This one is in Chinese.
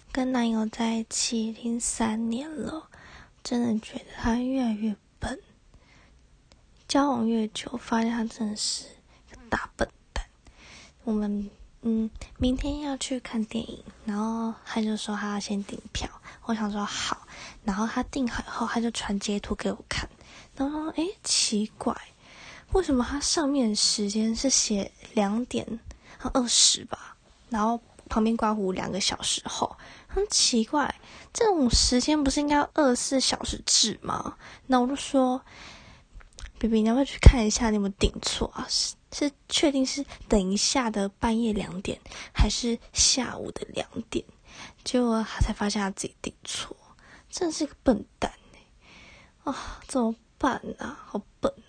跟男友在一起已经3年了，真的觉得他越来越笨。交往越久，发现他真的是个大笨蛋。我们明天要去看电影，然后他就说他要先订票，我想说好，然后他订好以后，他就传截图给我看，然后说奇怪，为什么他上面时间是写2点20吧，然后旁边刮胡2个小时后，很奇怪，这种时间不是应该24小时制吗？那我就说，baby，你要不要去看一下你有没有订错啊？是确定是等一下的半夜2点，还是下午的2点？结果他才发现他自己订错，真的是个笨蛋怎么办啊？好笨。